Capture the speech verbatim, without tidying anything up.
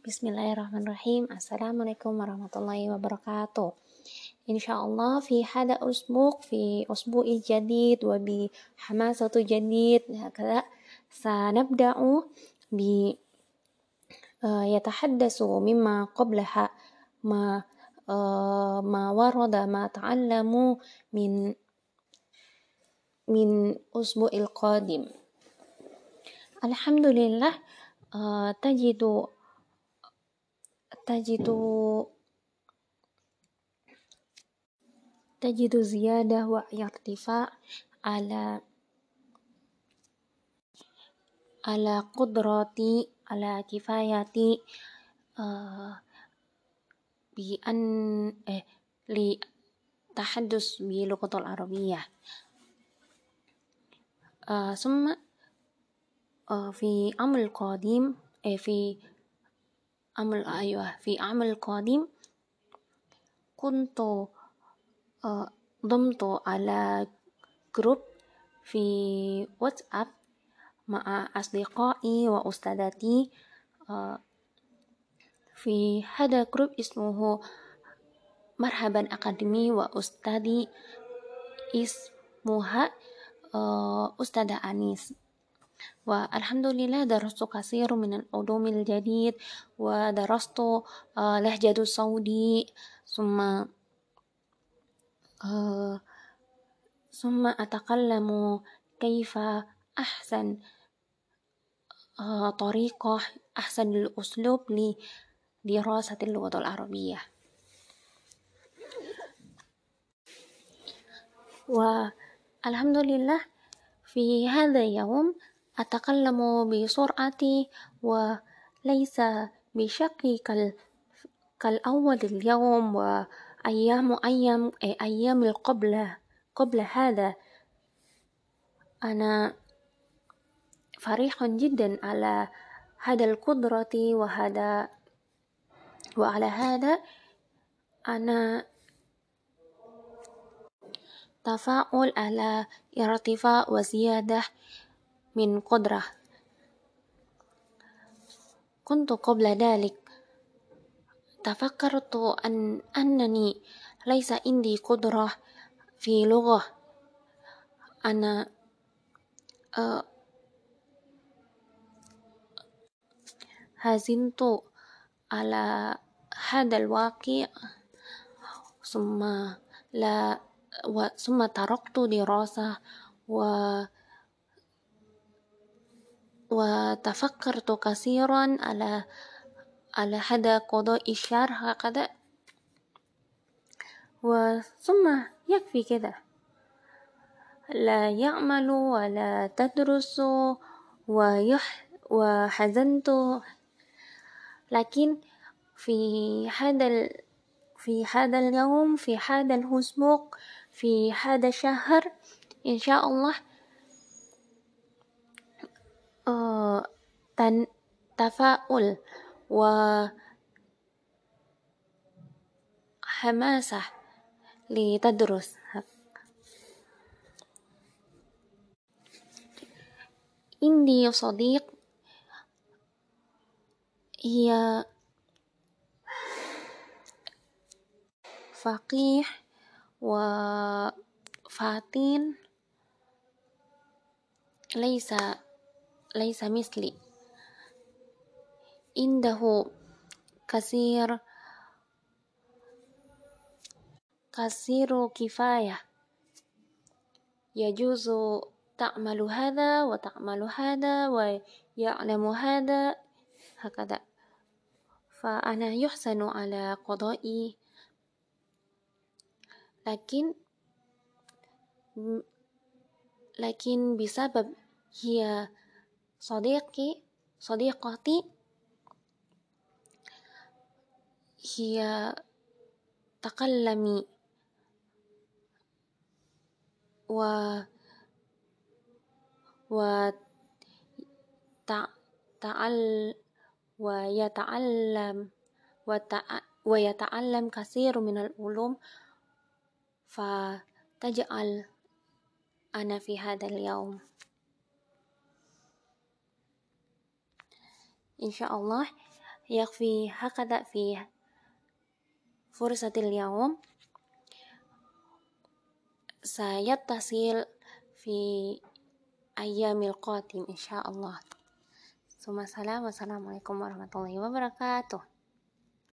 Bismillahirrahmanirrahim. Assalamualaikum warahmatullahi wabarakatuh. Insyaallah في هذا الأسبوع في أسبوع جديد وبحماسة جديد هكذا سنبدأ ب يتحدث مما قبلها ما ما ورد ما تعلموا من من أسبوع القادم. الحمد لله تجد تجد تجد زيادة وارتفاع على على قدرتي على كفايتي بأن لتحدث باللغة العربية. ثم في عام القادم في عام أيوة في عام القادم كنت ضمت على جروب في واتساب مع أصدقائي وأستاذتي. في هذا جروب اسمه مرحبا أكاديمي وأستاذي اسمها أستاذة أنيس. والحمد لله درست كثير من العلوم الجديد ودرست لهجة السعودي ثم ثم أتكلم كيف أحسن طريقة أحسن الأسلوب لدراسة اللغة العربية. والحمد لله في هذا اليوم أتكلم بسرعة وليس بشكل كالأول اليوم وأيام أيام أيام قبل قبل هذا. أنا فرح جدا على هذا القدرة وهذا وعلى هذا أنا تفاؤل على ارتفاع وزيادة من قدرة. كنت قبل ذلك تفكرت أن أنني ليس عندي قدرة في لغة. أنا حزنت على هذا الواقع ثم لا ثم تركت دراسة و وتفكرت كثيرا على على هذا قضاء الشهر هكذا وثم يكفي كده، لا يعمل ولا تدرس ويح وحزنت. لكن في هذا في هذا اليوم في هذا الأسبوع في هذا الشهر إن شاء الله تفاؤل وحماسة لتدرس. عندي صديق هي فقيه وفاتن ليس ليس مثلي. عنده كثير كثير كفاية، يجوز تعمل هذا وتعمل هذا ويعلم هذا هكذا. فأنا يحسن على قضائي، لكن لكن بسبب هي صديقي صديقتي هي تكلمي و وتعل ويتعلم ويتعلم كثير من العلوم فتجعل أنا في هذا اليوم إن شاء الله يكفي هكذا في فرصة اليوم. سيتصل في أيام القادم إن شاء الله. ثم السلام والسلام عليكم ورحمة الله وبركاته.